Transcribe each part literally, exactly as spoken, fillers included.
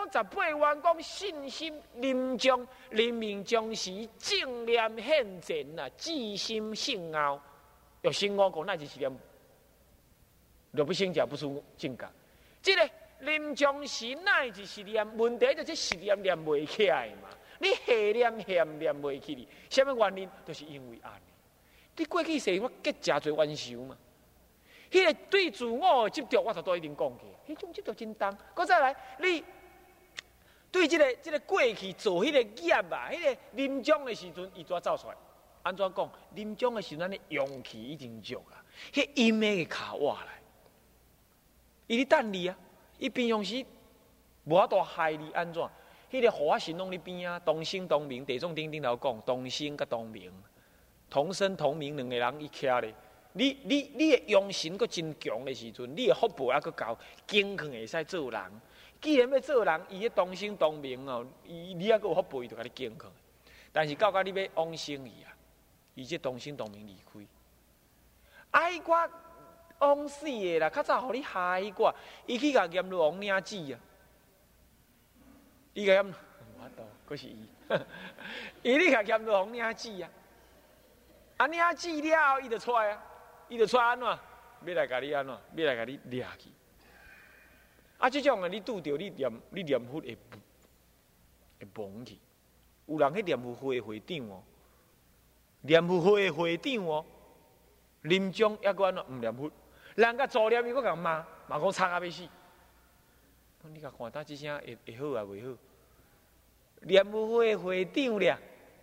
十八愿讲信心临终，临命终时正念现前啊，至心信傲，有心我讲那就是念，若不成就不出正觉。这个临终时乃就是念，问题就是念念袂起来嘛。你下念嫌念袂起哩，什么原因？就是因为安尼。你过去生活结真侪冤仇嘛。迄、那个对自我的执着，我头都已经讲过，迄种执着真重。搁再来，你对这个这个过去做迄个业啊，迄、那个临终的时阵，伊怎走出来？安怎讲？临终的时阵，咱的勇气已经弱啊，迄阴的卡瓦来，伊咧等你啊，伊平常时无法度害你安怎？迄、那个护法神拢伫边啊，同生同名，地藏经顶头讲，同生甲同名，同生同名两个人伊徛咧。你你你的用神阁真强的时阵，你的福报还阁高，坚强会使做人。既然要做人，伊迄同生同名哦，伊你还阁有福报，伊就甲你坚强。但是到甲你要往生伊啊，伊这同生同名离开。爱我往死的啦，较早互你害我，伊去甲阎罗王领旨啊，伊甲阎，我度，阁是伊，伊你甲阎罗王领旨啊，啊领旨了后，伊就出来啊。伊就出安怎？要来甲你安怎？要来甲你掠去。啊，这种的你拄着你念你念佛会会忘去。有人去念佛会会长哦，念佛会会长哦，临终抑个安怎？毋念佛，人甲助念伊阁甲骂，骂讲惨啊要死。你甲看，呾即声会会好啊袂好？念佛会会长俩，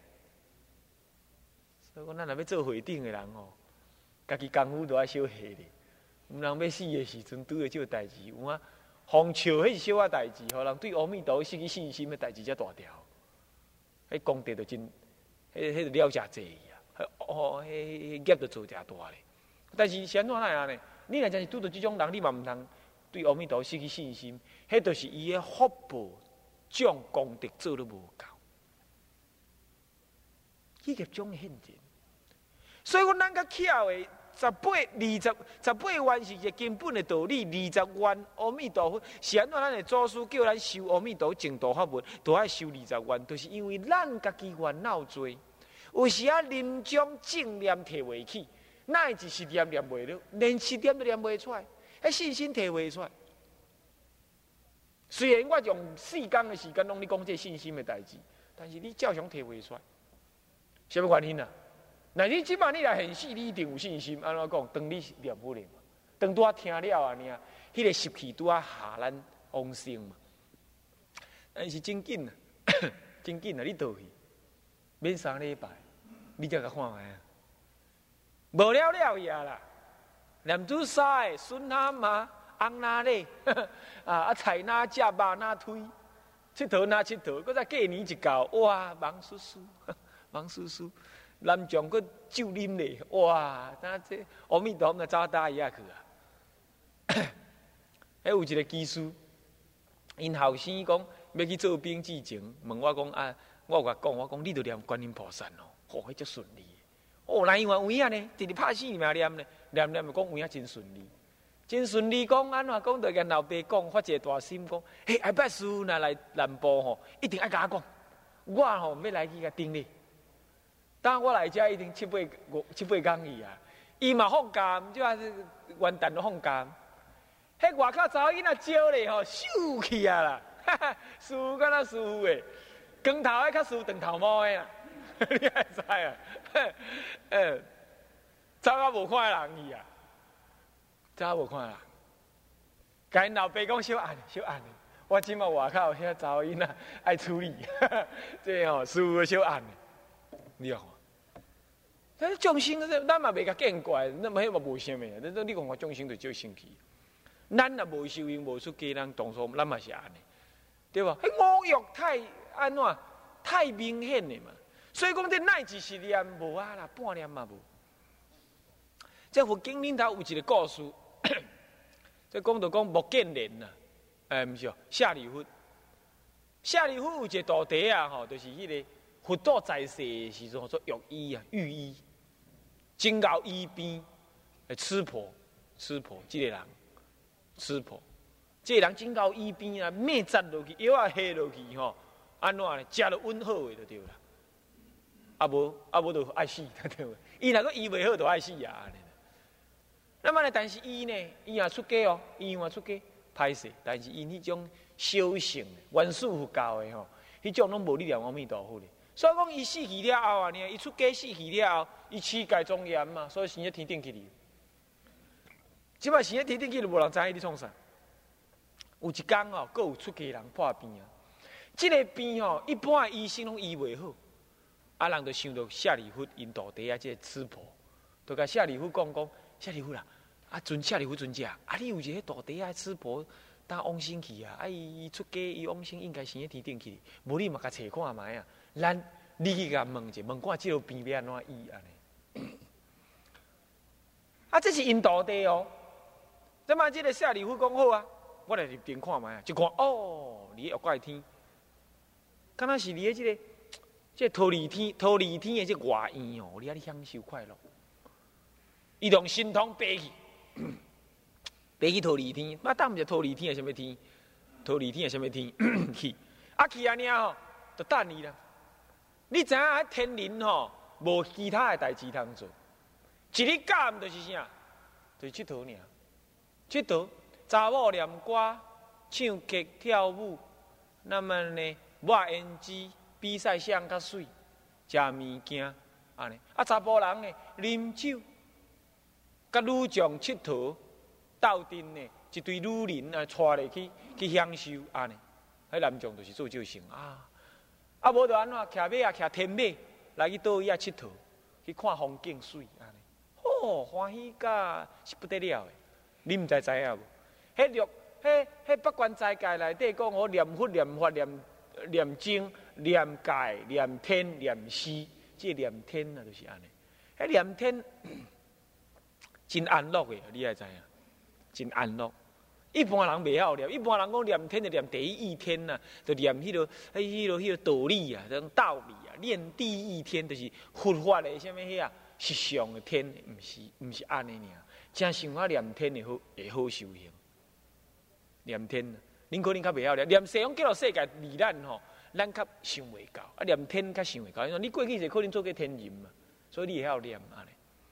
所以讲咱若要做会长的人哦。家己功夫都爱小下咧，毋人要死的时阵拄着这个代志，有啊，风笑迄是小啊代志，互人对阿弥陀失去信心的代志才大条。迄功德就真，迄迄就了真济啊！哦，迄业就做真大咧。但是先怎来啊呢？你若真是拄着这种人，你嘛毋通对阿弥陀失去信心，迄就是伊的福报将功德做得无够，迄业种现前。所以我咱较巧的十八、二十、十八愿是一个根本的道理。二十愿阿弥陀佛是安怎？咱的祖师叫咱修阿弥陀净土法门，都爱修二十愿，就是因为咱家己烦恼多，有时啊临终正念提袂起，乃至是念念袂了，连七点都念袂出来，迄信心提袂出来。虽然我用四天的时间拢咧讲这信心的代志，但是你照常提袂出来，什么原因啊？那你即摆你来现世，你一定有信心。安怎讲？当你念佛咧嘛，当拄啊听了啊，尔，迄个习气拄啊下咱往生嘛。但是真紧啊，真紧啊！你倒去，免三礼拜，你才甲看下啊。无了了呀啦，念珠沙、孙阿妈、翁哪咧，啊啊菜哪食，肉哪推，佚佗哪佚佗，搁再过年一到，哇，忙叔叔，忙叔叔。南庄个酒啉咧，哇！那这阿弥陀佛走大爷去啊！还有一个技师，因后生讲要去做兵之前，问我讲啊，我甲讲，我讲你着念观音菩萨哦，哦，迄足顺利。哦，那因为有影呢，直直拍死命念呢，念念就讲有影真顺利，真顺利。讲安怎讲？着跟老爸讲，发一个大心讲，嘿，下摆师傅若来南部吼，一定爱甲我讲，我吼要来去甲顶你。当我来遮一定七八五七八工去啊！伊嘛放假，即还是元旦都放假。迄外口查某囡仔招咧吼，咻去啊啦！哈哈，师傅敢若师傅诶，光头诶较师傅长头毛诶啦，你还知啊？呃，走啊无看人去啊，走啊无看人。甲因老爸讲小暗小暗，我即马外口遐查某囡仔爱处理，这吼师傅小暗，你要看。但是众生，咱嘛袂甲见怪，那么迄嘛无啥物。你你讲我众生就少生气，咱也无修行无出家，咱当初咱嘛是安尼，对吧？迄五欲太安怎太明显了嘛，所以讲这乃至是念无啊啦，半念嘛无。这佛经里头有一个故事，这讲到讲目犍连呐，诶，毋是哦，舍利弗，舍利弗有一个徒弟啊，吼，就是迄个佛陀在世的时阵，做浴衣啊，浴衣。真到伊边，诶，吃婆，吃婆，这个人，吃婆， 这个人真够医病啊，咩扎落去，药啊下落去吼，安怎呢？食了稳好的就对了。啊无啊无就爱死，对不？伊若个医袂好，就爱死啊。那么呢？但是伊呢，伊也出家哦，伊也出家歹势，但是因迄种修行原始佛教的吼，迄种拢无力量阿弥陀佛的。所以讲，伊死去了后啊，呢，伊出家死去了后，伊持戒庄严嘛，所以生喺天顶去哩。即摆生喺天顶去，就无人知伊咧创啥。有一天哦，佫有出家人破病啊。即、這个病吼，一般的医生拢医袂好，啊，人就想到舍利弗因道地啊，即个吃婆，就甲舍利弗讲讲，舍利弗啦。啊，尊舍利弗尊者，啊，你有一个大地啊，吃婆当往生去啊，啊，伊出家伊往生应该生喺天顶去，无你嘛甲找看卖啊，咱你去甲问者，问看即个病要安怎医安尼。啊，这是因大地哦，怎么即个舍利弗讲好啊？我来入定看卖啊，一看哦，你欲怪天，敢若是你的即、這个即、這个桃李天，桃李天的即外院哦，你啊你享受快乐，伊同心通爬去。爬去桃李天，嘛当毋是桃李天系什么天？桃李天系什么天？去，啊去安尼吼，就等你啦。你知影喺天灵吼，无其他的代志通做，一日干就是啥？就是佚佗尔，佚佗，查某念歌、唱歌、跳舞，那么呢，抹胭脂、比赛谁较水，食物件，安尼。啊，查甫人呢，啉酒。甲女将佚佗，斗阵呢，一堆女人啊，带入去去享受安尼。迄男将就是做这行啊，啊无就安怎，骑马啊，骑天马来去倒椅啊佚佗，去看风景水安尼。哦，欢喜甲是不得了的。你毋知知影无？迄六，迄迄八关斋戒内底讲，我念佛、念法、念念经、念戒、念天、念诗，即念天啊，就是安尼。迄念天。真安乐的，你爱知影，真安乐。一般人袂晓念，一般人讲念天就念第一义天呐、啊，就念迄、那个、迄、迄个、迄个道理啊，种道理啊，念第一义天就是佛法的什么迄啊，实相的天，毋是毋是安尼尔。真想法念天的好，会好修行。念天，恁可能较袂晓念，念西方极乐世界离咱吼，咱较想袂到，啊念天较想袂到。因为你过去就可能做过天人嘛，所以你会晓念安尼。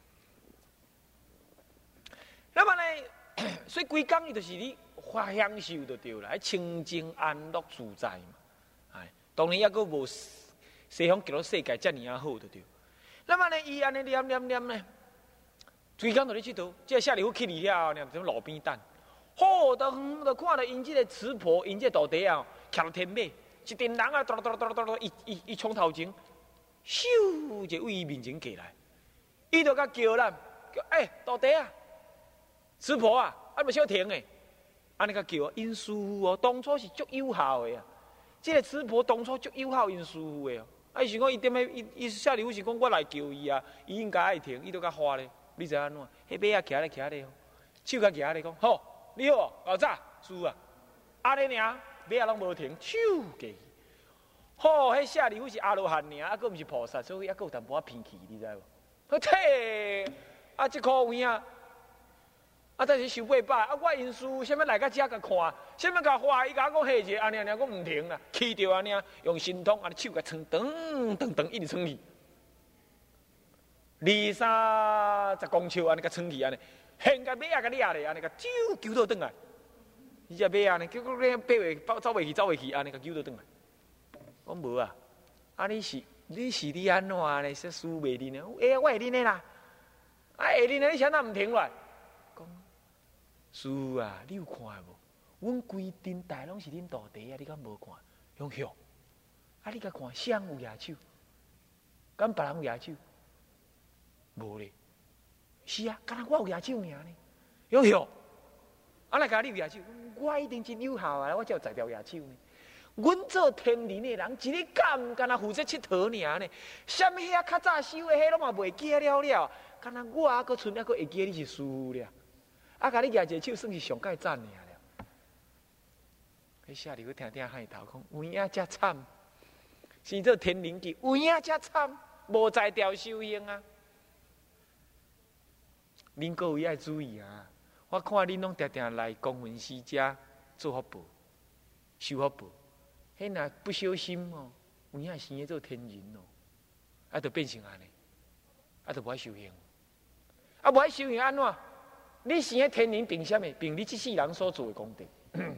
那么呢，所以规工伊就是你花享受就对了，清净安乐自在嘛。哎，当然抑阁无西方极乐世界遮尔啊好就对。那么呢，伊安尼念念念呢，规工就咧佚佗。即个舍利弗去了后呢，就路边等。好，就远就看到因即个持婆，因即个大地啊，徛天马，一群人啊，哆哆哆哆哆，伊伊伊冲头前，咻就位伊面前过来，伊就甲叫咱，叫诶大地啊！师婆啊，啊袂小停诶，安尼甲叫因师父哦，当初是足友好诶啊。即、这个师婆当初足友好因师父诶哦，啊是讲伊踮咧，伊伊舍利弗是讲我来叫伊啊，伊应该爱停，伊都甲花咧，你知影安怎？迄马啊徛咧徛咧，手甲举咧讲，好，你好，老早师啊，安尼尔，马啊拢无停，咻过去。好，迄舍利弗是阿罗汉尔，啊，佫毋是菩萨，所以啊，佫有淡薄仔偏气，你知无？好退，啊，即箍有影。啊！但是收八百，啊！我因师什么来个遮甲看，什么甲花，伊甲我讲下者，安尼安尼，我唔停啦，去掉安尼，用心通，安尼手甲撑，噔噔噔，一直撑去，二三十公尺安尼甲撑去安尼，现个马啊甲掠咧，安尼甲揪揪倒转来，伊只马安尼，叫叫咧爬袂走袂去，走袂去，安尼甲揪倒转来。我无啊，啊你是你是你安怎咧？说输袂恁呢？哎，我会恁的啦，啊会恁的，你啥那唔停落？讲。师父啊，你有看无？阮规阵台拢是恁大地啊，你敢无看？用向啊，你甲看，谁有野手？敢别人有野手？无咧。是啊，敢若我有野手尔呢？用向啊，来甲你有野手？我一定真友好啊，我才有才条野手呢。阮做天人的人，一日敢敢若负责佚佗尔呢？什么遐较早修的，迄拢嘛袂记了了。敢若我啊，搁剩啊，搁会记你是师父了。啊！甲你举一个手，算是上盖赞尔了。迄舍利弗听听喊头讲，有影遮惨，生做天人界，有影遮惨，无才调修行啊！恁各位爱注意啊！我看恁拢定定来公文师家， 做福报、修福报，迄若不小心哦，有影生个做天人哦，啊，就变成安尼，啊，就无爱修行，啊，无爱修行安怎？你生个天人凭啥物？凭你这世人所做的功德。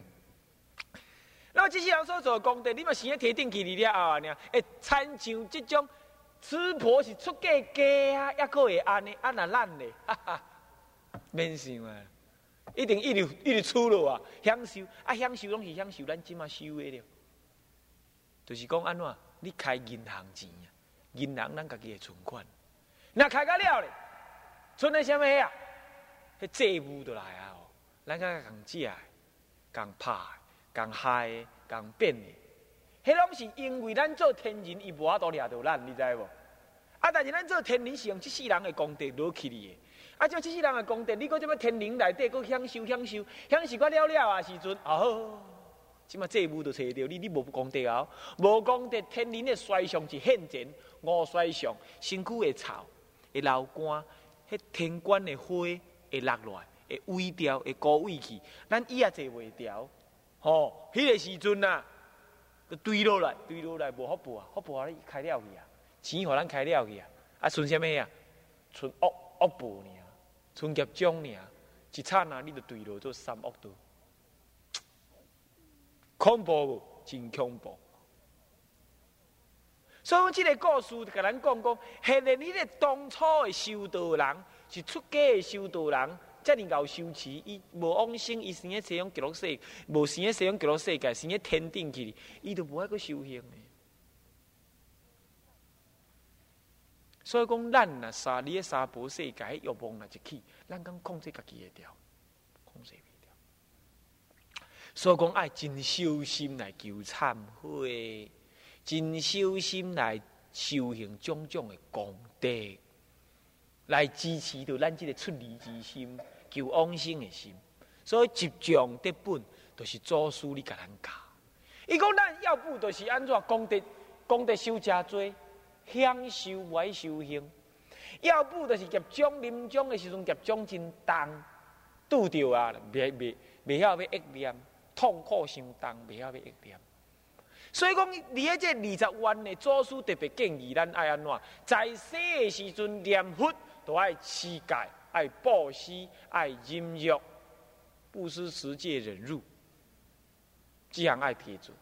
那这世人所做的功德，你嘛生个天顶去你了后啊，会参像这种吃婆是出家家啊，还可会安尼，啊那咱咧，哈哈，免想啊，一定一直一直出路啊，享受啊享受拢是享受咱即马修的了，就是讲安怎？你开银行钱啊，银行咱家己的存款，那开到了咧，存的什么啊？迄债务就来啊！哦，咱甲共食、共拍、共害、共变的，迄拢是因为咱做天人，伊无法度掠到咱，你知无？啊，但是咱做天人是用这世人的功德落去你的，啊，像这世人的功德，你搁这么天人内底搁享受享受，享受到了了啊时阵，哦，即马债务就找着你，你无功德啊，无功德，天人的衰相是现前，五衰相，身躯会臭，会流汗，迄天官的花。会落落来，会萎掉，会高萎去，咱伊也坐袂掉，吼，迄个时阵啊，就堆落来，堆落来无福报啊，福报啊，开了去啊，钱互咱开了去啊，啊，剩啥物啊？剩恶恶报尔，剩业障尔，一刹那你就堆落做三恶道，恐怖无？真恐怖！所以这个故事就甲咱讲讲，现在你个当初的修道人。是出家的修道人，遮尔熬修持，伊无往生，伊生喺西方极乐世，无生喺西方极乐世界，生喺天顶去，伊就无爱去修行的。所以讲，咱呐沙你嘅沙婆世界欲望若一起，咱敢控制家己会掉，控制袂掉。所以讲，爱真修心来求忏悔，真修心来修行种种的功德。来支持到咱这个出离之心、求往生的心，所以集中得本，就是祖师你甲咱教。伊讲咱要不就是安怎功德功德修真多，享受不爱修行；要不就是业障临终的时阵业障真重，拄着啊，袂袂袂晓要忆念，痛苦伤重，袂晓要忆念。所以讲，你喺这二十万的祖师特别建议咱爱安怎，在生的时阵念佛。都爱乞丐，爱布施，爱忍辱，布施、持戒、忍辱，这项爱贴住。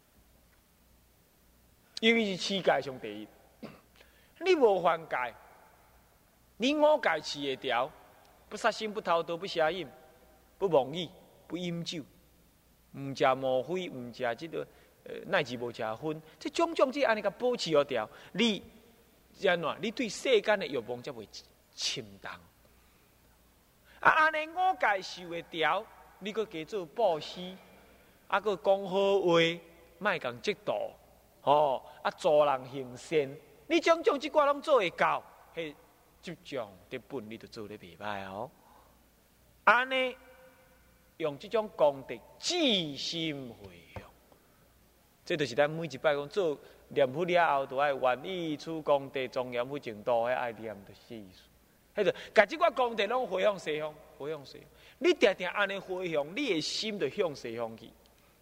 因为是乞丐上第一，你无犯戒，你五戒持会条，不杀生、不偷盗、不邪淫、不妄语、不饮酒，唔食魔灰，唔食这个呃，乃至无食荤，这种种这安尼个保持好条，你。安怎？你对世间的欲望才袂侵动。啊，安尼五戒受会调，你搁加做布施，啊，搁讲好话，莫共嫉妒，吼，啊，助人行善，你种种即寡拢做会到，迄集中得本，你就做得袂歹哦。安尼用这种功德，至心回向，这就是咱每一摆讲做。念佛了后，就爱愿意出功德，庄严佛净土，迄爱念就是这意思。迄个，甲即个功德拢回向西方，回向西方。你定定安尼回向，你的心就向西方去。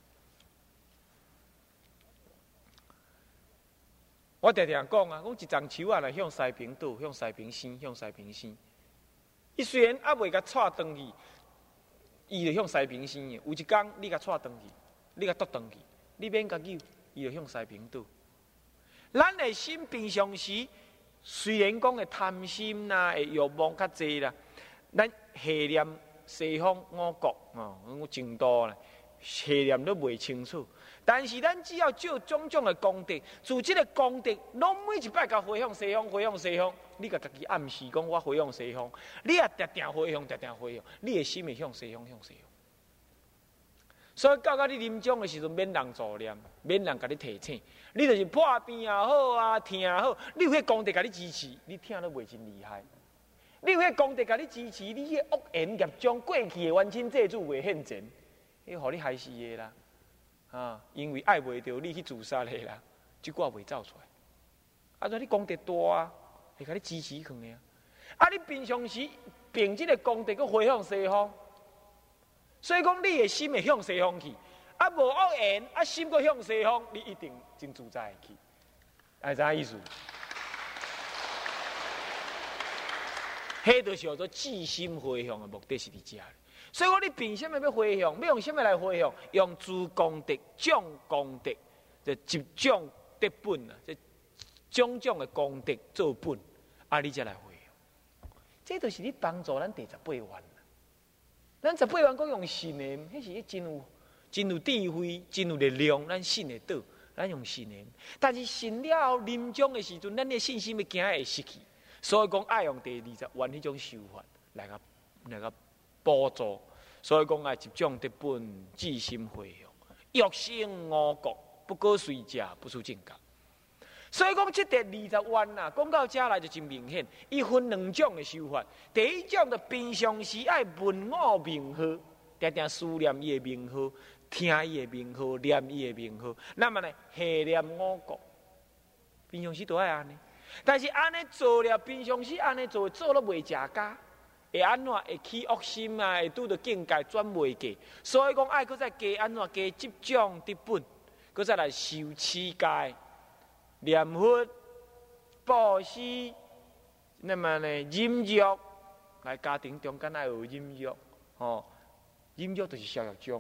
我定定讲啊，讲一丛树啊，来向西平倒，向西平生，向西平生。伊虽然还未甲带转去，伊就向西平生的。有一天，你甲带转去，你甲倒转去，你免甲救，伊就向西平倒。咱的心平常时，虽然讲会贪心啦，会欲望较济啦，咱下念西方五国哦，净土啦，下念都袂清楚。但是咱只要照种种的功德，自这个功德，拢每一摆甲回向西方，回向西方，你甲家己暗示讲我回向西方，你也定定回向，定定回向，你的心会向西方，向西方。所以到到你临终的时阵，免人助念，免人甲你提醒，你就是破病也好啊，疼也好，你有迄功德甲你支持，你听都袂真厉害。你有迄功德甲你支持，你迄恶缘业障过去的冤亲债主袂现前，迄互你害死的啦，啊，因为爱袂着你去自杀的啦，即挂袂走出来。啊，所以你功德大啊，会甲你支持去的啊。啊，你平常时凭即个功德，佮回向西方。 所以讲，你的心会向西方去，啊无恶缘，啊心搁向西方，你一定真自在去。哎，啥意思？迄就是叫做至心回向的目的是伫遮。所以讲，你凭什么要回向？要用什么来回向？用诸功德、种功德，就集种德本啊，这种种的功德做本，啊，你才来回向。这就是你帮助咱第十八愿。咱十八愿讲用信的，迄是真有真有智慧、真有力量，咱信得到，咱用信的。但是信了后临终的时阵，咱的信心要惊会失去，所以讲爱用第二十愿迄种修法来个来个补助。所以讲爱集种德本，至心回向，欲生我国，不可随驾，不出正觉。所以讲，这第二十愿啊，讲到这来就真明显。伊分两种的修法。第一种就平常时爱闻我名号，常常思念伊的名号，听伊的名号，念伊的名号。那么呢，下念我国，平常时都爱安尼。但是安尼做了，平常时安尼做，做了袂食家，会安怎会起恶心啊？会拄到境界转袂过。所以讲，爱搁再加安怎加集种德本，搁再来修持戒。念佛、布施，那么呢，忍辱，来家庭中间爱有忍辱，哦，忍辱就是消业障，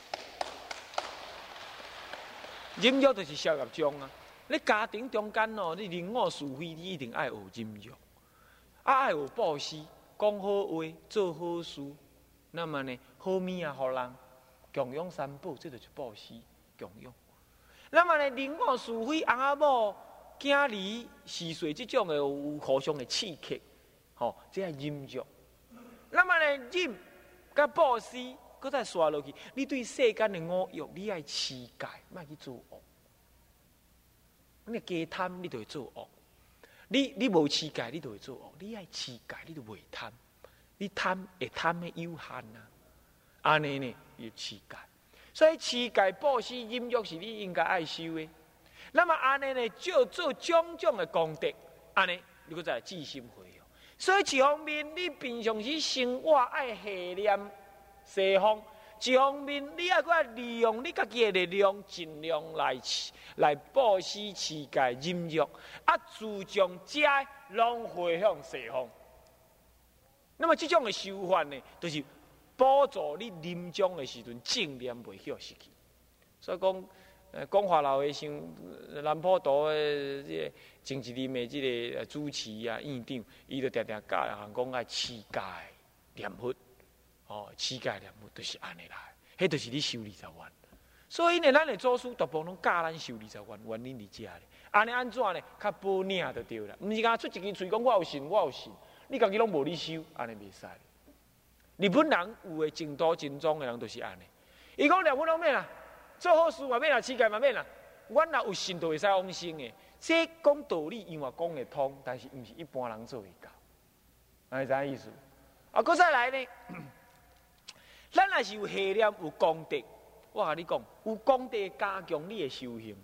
忍辱就是消业障啊！你家庭中间哦，你人我是非，你一定爱有忍辱，啊，爱有布施，讲好话，做好事，那么呢，好物啊，互人供养三宝，这就是布施供养。那么呢，人我是非，翁仔某、囝儿、四岁这种的有互相的刺激，吼、哦，这系忍辱。那么呢，忍甲布施，搁再刷落去，你对世间的五欲，你爱持戒，莫去做恶。你加贪，你就会做恶；你你无持戒，你就会做恶。你爱持戒，你就袂贪。你贪会贪的有限啊，安尼呢，要持戒。所以持戒、布施、忍辱是你应该爱修的。那么安尼呢，就做种种的功德，安尼你搁再至心回向。所以一方面你平常时生活爱下念西方，一方面你爱搁利用你家己的力量，尽量来来布施、持戒、忍辱，啊，自将这拢回向西方。那么这种的修法呢，就是。帮助你临终的时阵正念袂晓失去，所以讲，呃，讲话老的像南普陀的这个前一任的这个主持啊院长，伊就常常教人讲爱持戒念佛，哦，持戒念佛就是安尼来，迄就是你修二十愿。所以呢，咱的祖师大部分拢教咱修二十愿，原因伫遮咧。安尼安怎呢？较保领就对啦，毋是讲出一支嘴讲我有信，我有信，你家己拢无你修，安尼袂使。日本人有诶净土真宗诶人就是安尼，伊讲念佛拢免啦，做好事嘛免啦，持戒嘛免啦，阮若有信就会使往生诶。这讲道理，伊嘛讲会通，但是毋是一般人做会到，安尼啥意思？啊，搁再来呢，咱若是有下念有功德，我甲你讲，有功德加强你诶修行。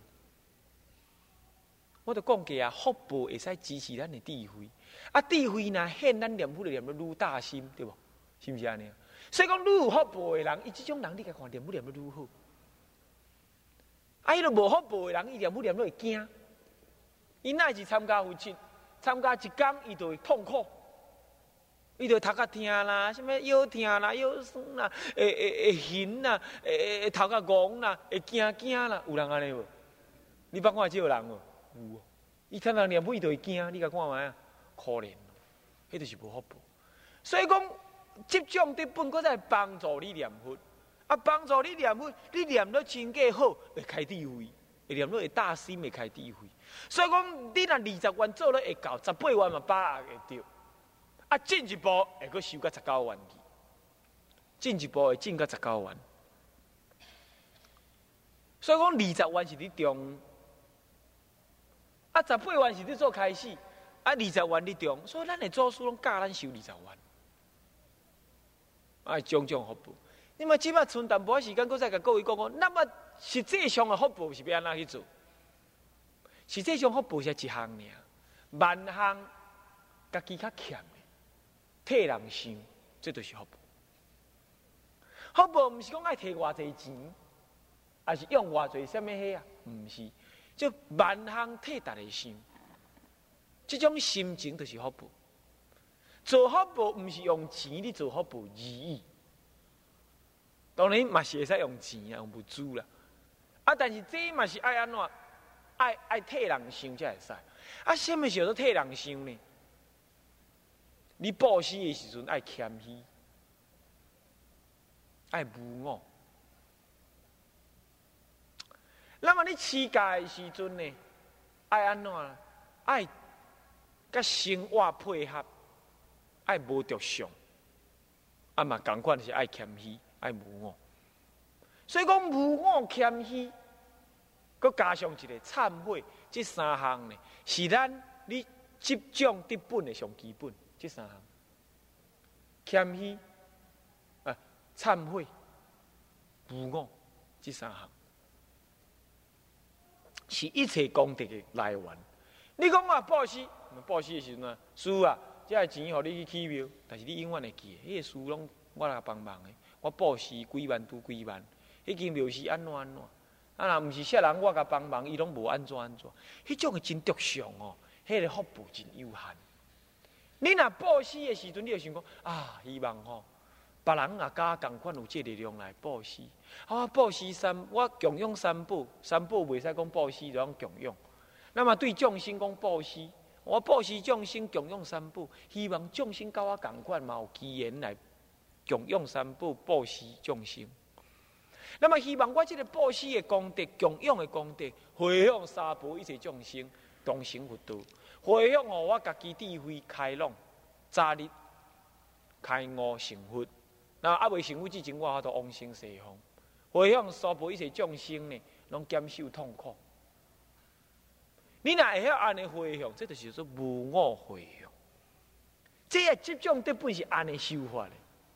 我就讲过啊，福报会使支持咱诶智慧，啊，智慧若显咱念佛就念得愈大心，对无？是不是安尼？所以讲，愈有福报的人，伊这种人，你甲看念不念得愈好。啊，伊都无福报的人，伊念不念得会惊。伊乃是参加佛七，参加一天，伊就会痛苦。伊就头壳疼啦，什么腰疼啦、腰酸啦、会会会晕啦、会会头壳戆啦、会惊惊啦，有人安尼无？你捌看这个人无？有。伊常常念不，伊就会惊。你甲看卖啊？可怜，迄就是无福报。所以讲。这种德本搁在帮助你念佛，啊，帮助你念佛，你念得真个好，会开智慧，会念得会大心，会开智慧。所以讲，你若二十愿做了会到，十八愿嘛把握会到，啊，进一步会搁修到十九愿去，进一步会进到十九愿。所以讲，二十愿是你中，啊，十八愿是你做开始，啊，二十愿你中，所以咱的祖师拢教咱修二十愿。啊，种种福报。你嘛，即摆剩淡薄时间，搁再甲各位讲讲。那么实际上的福报是要安怎去做？实际上福报是一项尔，万项家己较欠的，替人想，这就是福报。 福报毋是讲爱摕偌济钱，还是用偌济什么迄啊？毋是，就万行替达的心，这种心情就是福报。做福报毋是用钱，你做福报而已。当然嘛是会使用钱啊，用物资啦。啊，但是这嘛是爱安怎？爱爱替人想才会使。啊，什么时候替人想呢？你布施的时阵爱谦虚，爱无我。那么你乞丐的时阵呢？爱安怎？爱甲生活配合，爱无着相。啊嘛，同款是爱谦虚，爱无我。所以讲无我谦虚，佮加上一个忏悔，这三项呢，是咱你集中得本的上基本。这三项：谦虚、啊忏悔、无我，这三项是一切功德的来源。你讲我布施，布施的时阵啊，是啊，这个钱互你去起庙，但是你永远会记的，迄个事拢我来帮忙的。我布施几万拄几万，迄间庙是安怎安怎？啊，若毋是啥人我甲帮忙，伊拢无安怎安怎？迄种的真独相哦，迄个福报真有限。你若布施的时阵，你就想讲啊，希望吼、哦，别人也甲同款有这力量来布施。啊，布施三，我供养三宝，三宝袂使讲布施，就讲供养。那么对众生讲布施，我布施众生，供养三宝，希望众生甲我同款嘛有机缘来供养三宝，布施众生。那么希望我这个布施的功德、供养的功德，回向三宝一切众生，同成佛道。回向哦，我家己智慧开朗，早日开悟成佛。那还未成佛之前，我都往生西方。回向三宝一切众生呢，拢减受痛苦。你若会晓安尼回向，这就是说无我回向。这个这种根本是安尼修法的，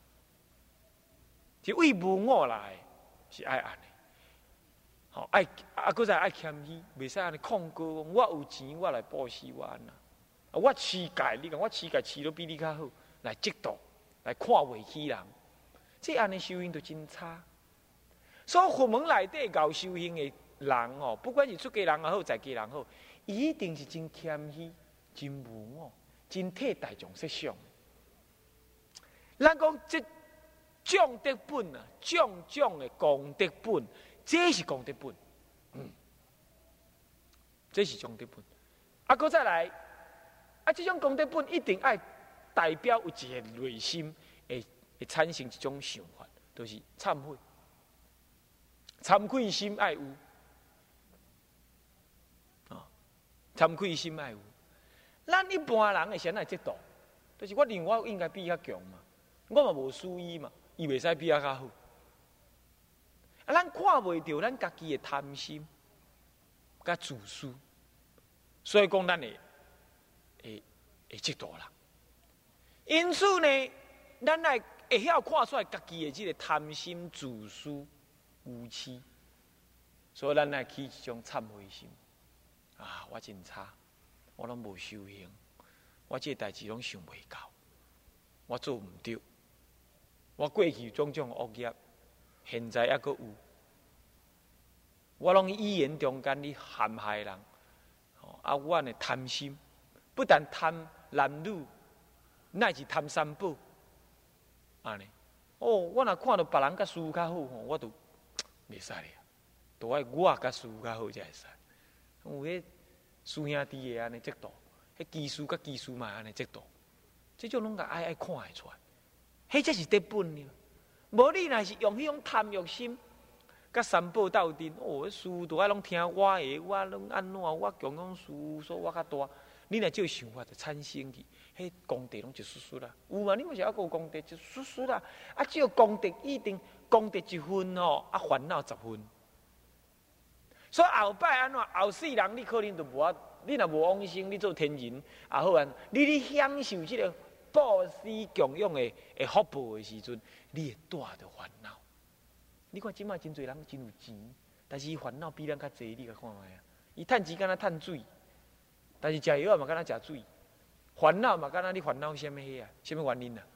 是为无我来。是爱安尼，好爱啊！搁再爱谦虚，袂使安尼控告。我有钱，我来布施我安那。啊，我乞丐，你讲我乞丐饲都比你较好，来嫉妒，来看袂起人。这安尼修行就真差。所以佛门内底搞修行的人哦，不管是出家人也好，在家人好，一定是真谦虚、真无我、真替大众设想。咱讲这。种德本啊，种种的功德本，这是功德本，嗯，这是功德本。啊，搁再来，啊，这种功德本一定爱代表有一个内心会会产生一种想法，就是忏悔、惭愧心爱有啊，惭愧心爱有。咱一般人的先来这度，就是我认为我应该比较强嘛，我嘛无输伊嘛。伊袂使比较较好，啊！咱看袂到咱家己的贪心、甲自私，所以讲咱会会会嫉妒啦。因此呢，咱来会晓看出来家己的这个贪心、自私、无耻，所以咱来起一种忏悔心。啊，我真差，我拢无修行，我这代志拢想袂到，我做唔对。我过去种种恶业，现在还阁有。我拢语言中间咧陷害人，啊，我的贪心，不但贪男女，乃至贪三宝，安尼。哦，我若看到别人甲师傅较好，吼，我都袂使咧，都爱我甲师傅较好才会使。有迄师兄弟的安尼制度，迄技术甲技术嘛安尼制度，这种拢甲爱爱看会出来。迄才是德本呢，无你若是用迄种贪欲心，甲三宝斗阵，哦，师傅都爱拢听我的，我拢安怎，我供养师傅，所以我较大。你若这想法就产生去，迄功德拢就输输啦。有嘛？你嘛是要有功德就输输啦。啊，只有功德一定功德一分哦，啊烦恼十分。所以后摆安怎？后世人你可能就无啊，你若无往生，你做天人也好啊。你咧享受这个。布施供养的的福报的时阵，你会带着烦恼。你看，即卖真侪人真有钱，但是伊烦恼比咱较侪，你甲看卖啊？伊趁钱敢若趁水，但是食药嘛敢若食水，烦恼嘛敢若你烦恼什么啊？什么原因啊？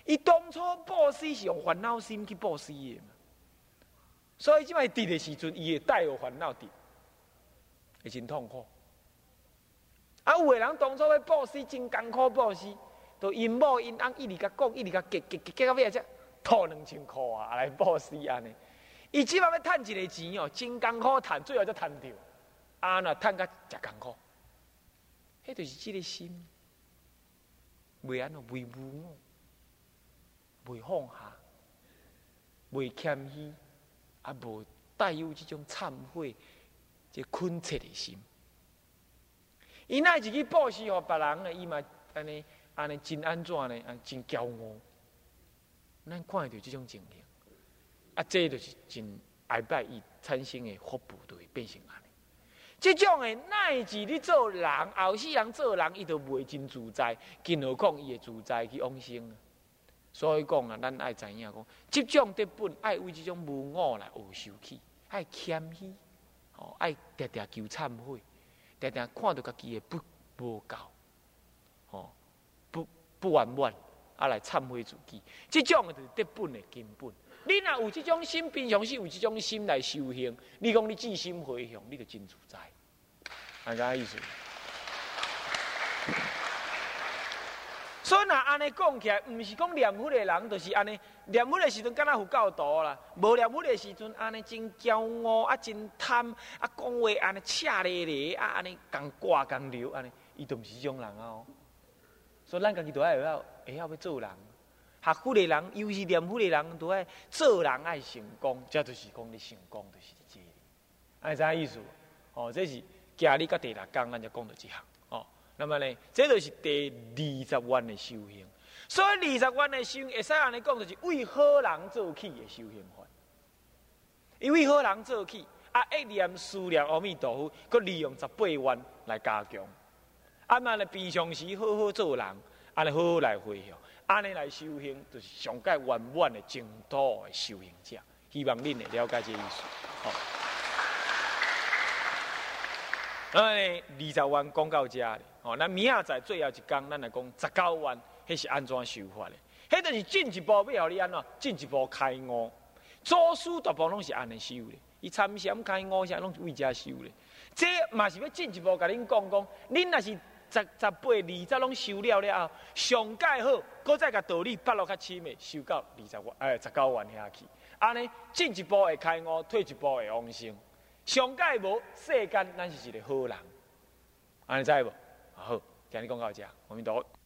伊当初布施是用烦恼心去布施的嘛，所以即摆得的时阵，伊会带有烦恼得，会真痛苦。啊，有的人当初要布施真艰苦布施，都因某因翁一直甲讲，一直甲结结结结到尾才吐两千块啊来布施安尼。伊即摆要趁一个钱哦，真艰苦趁，最后才趁着，啊那趁甲真艰苦，迄就是即个心，袂安怎袂无我。未放下，未谦虚，啊，无带有这种忏悔、这恳切的心。伊那是去布施予别人呢，伊嘛安尼安尼真安怎呢？啊，真骄傲。咱看到这种情形，啊，这就是真挨拜伊产生的福报，就会变成安尼。这种的乃至你做人，后世人做人，伊都袂真自在，更何况伊会自在去往生呢？所以讲啊，咱爱知影讲，这种德本爱为这种无我来学受起，爱谦虚，哦，爱常常求忏悔，常常看到家己的不无够，哦，不不完满，啊来忏悔自己。这种就是德本的根本。你若有这种心，平常时有这种心来修行，你讲你至心回向，你就真自在，安怎意思？所以若安尼讲起来，毋是讲念佛的人，就是安尼念佛的时阵，敢若有教导啦；无念佛的时阵，安尼真骄傲啊，真贪啊，讲话安尼赤咧咧啊，安尼共挂共流，安尼伊都毋是这种人啊、哦。所以咱家己都爱会晓会晓要做人，学佛的人，尤其念佛的人，都爱做人爱成功，这就是讲你成功就是这个，安怎意思？哦，这是今日甲第六讲，咱就讲到这项。那么呢，这就是第二十愿的修行。所以二十愿的修行，会使安尼讲，就是为好人做起的修行法。因为好人做起，啊，一念思念阿弥陀佛，佮利用十八愿来加强。啊嘛呢，平常时好好做人，安尼好好来回向，安尼来修行，就是上界圆满的净土的修行者。希望恁会了解这意思。哦。那么呢，二十愿讲到这里。哦，咱明仔载最后一讲，咱来讲十九愿，迄是安怎修法的？迄就是进一步要互你安怎？进一步开悟。祖师大部分拢是安尼修的，伊参禅开悟啥拢是为遮修的。这嘛是要进一步甲恁讲讲，恁若是十十八二十拢修了了后，上界好，搁再甲道理八落较深的，修到二十愿，诶，十九愿遐去。安尼进一步会开悟，退一步会往生。上界无世间，咱是一个好人。安尼知无？好，今日讲到这，我们读。